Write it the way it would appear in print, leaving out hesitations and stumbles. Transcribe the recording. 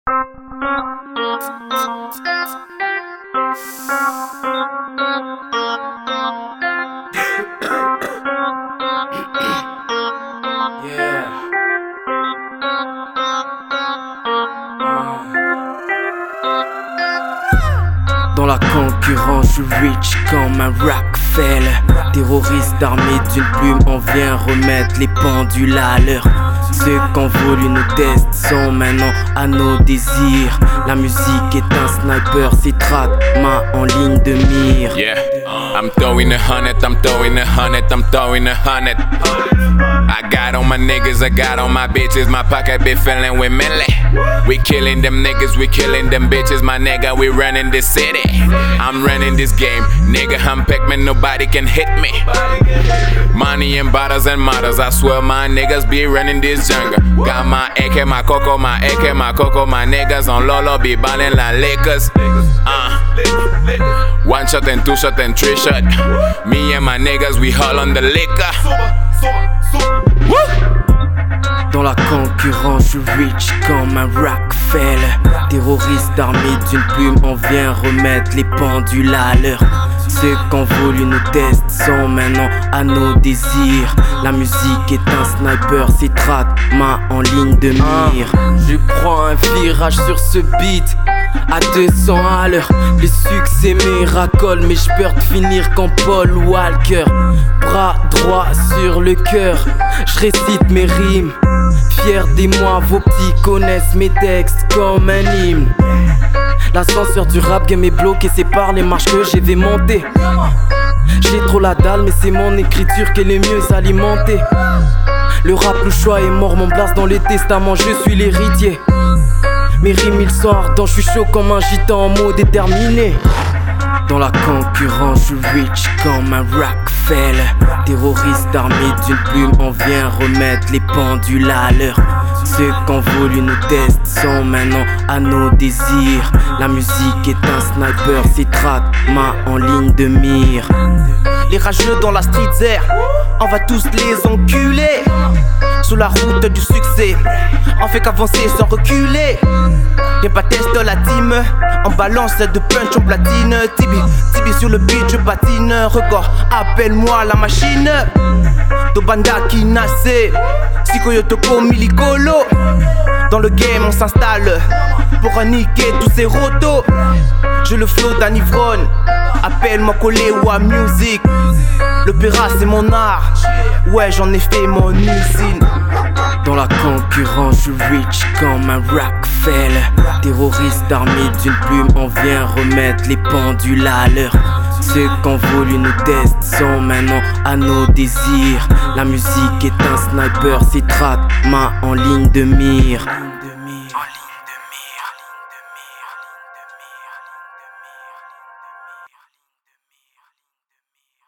Dans la concurrence, je suis rich comme un Rockefeller. Terroriste armé d'une plume, on vient remettre les pendules à l'heure. Ceux qu'on voulu nous tester sont maintenant à nos désirs. La musique est un sniper, c'est track, main en ligne de mire. Yeah, I'm throwing 100, I'm throwing 100, I'm throwing 100. I got on my niggas, I got on my bitches, my pocket be filling with Millie. We killing them niggas, we killing them bitches, my nigga, we running this city. I'm running this game, nigga, I'm Pac-Man, nobody can hit me. Money and bottles and models, I swear my niggas be running this jungle. Got my AK, my coco, my AK, my coco, my niggas on Lolo be ballin' like Lakers. One shot and two shot and three shot. Me and my niggas, we haul on the liquor. Dans la concurrence, je suis rich comme un Rockefeller. Terroriste armé d'une plume, on vient remettre les pendules à l'heure. Ceux qu'on voulu nous tester sont maintenant à nos désirs. La musique est un sniper, c'est track, main en ligne de mire. Je prends un virage sur ce beat à 200 à l'heure. Les succès me racolent, mais j'peur de finir comme Paul Walker. Bras droit sur le cœur, j'récite mes rimes. Fier des moi, vos petits connaissent mes textes comme un hymne. L'ascenseur du rap game est bloqué, c'est par les marches que je vais monter. J'ai trop la dalle, mais c'est mon écriture qui est le mieux alimentée. Le rap, le choix est mort, mon place dans les testaments, je suis l'héritier. Mes rimes, ils sont ardents, je suis chaud comme un gitan en mot déterminé. Dans la concurrence, je suis rich comme un Rockefeller. Terroriste armé d'une plume, on vient remettre les pendules à l'heure. Ceux qu'on voulu nous tester sont maintenant à nos désirs. La musique est un sniper, c'est track, main en ligne de mire. Les rageux dans la street air, on va tous les enculer. Sur la route du succès, on fait qu'avancer sans reculer. Y'a pas test de la team, en balance de punch en platine. Tibi sur le beat, je patine. Record, appelle-moi la machine. Dobanda qui nassé, Sikoyotoko Milikolo. Dans le game on s'installe pour niquer tous ces rotos. Je le flow d'un ivrogne, appelle-moi collé ou à music. L'opéra c'est mon art, ouais j'en ai fait mon usine. Dans la concurrence, je suis rich comme un Rockefeller. Terroriste armé d'une plume, on vient remettre les pendules à l'heure. Ceux qu'on voulu nous tester sont maintenant à nos désirs. La musique est un sniper, c'est track, main en ligne de mire.